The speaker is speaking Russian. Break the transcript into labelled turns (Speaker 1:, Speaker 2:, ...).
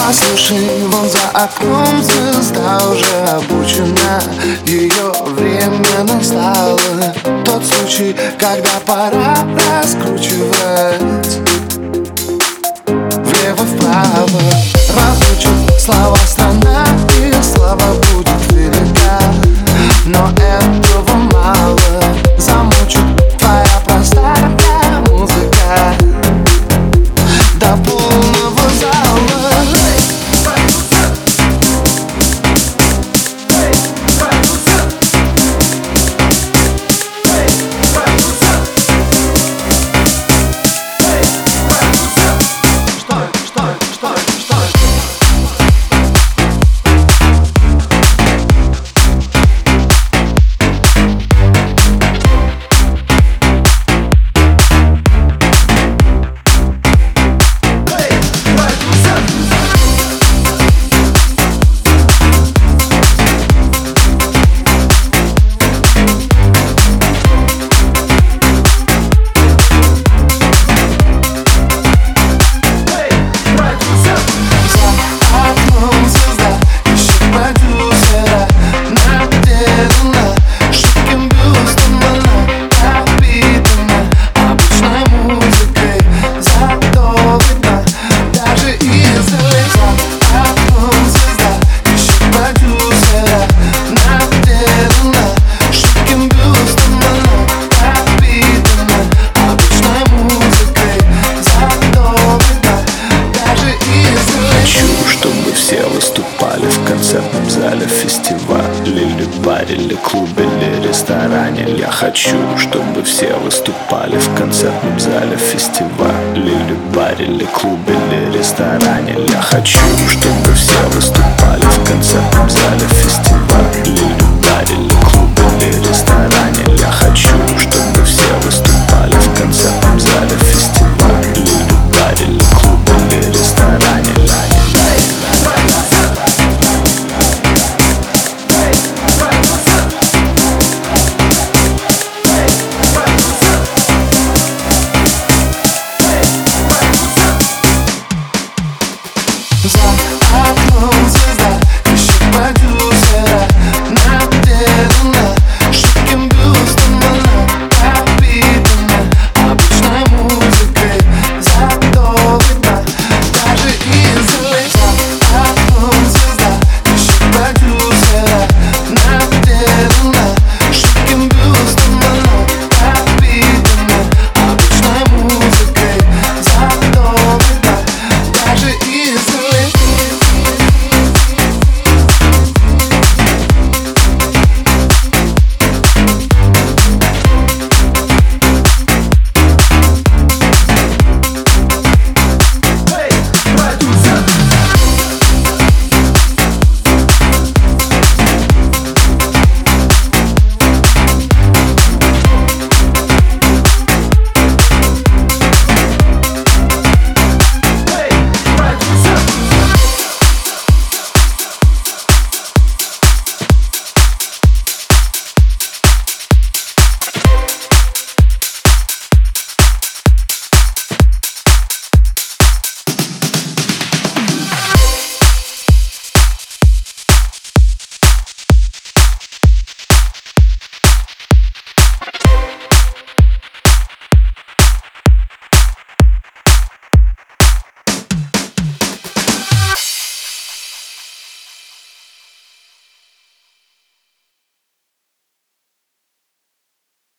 Speaker 1: Послушай, вон за окном звезда уже обучена, ее время настало. Тот случай, когда пора раскручивать влево-вправо. Разлучат слова страна, и слава будет велика, но этого мало. Замучит твоя простая музыка до полного зала.
Speaker 2: Выступали в концертном зале, фестивале или баре, или клубе, или ресторане. Я хочу, чтобы все выступали в концертном зале, фестивале или баре, или клубе, или ресторане. Я хочу, чтобы все выступали в концертном зале, фестивале или баре, или клубе, или ресторане. Я хочу, чтобы все выступали в концертном зале, фестивале или баре, или клубе, или ресторане.
Speaker 1: За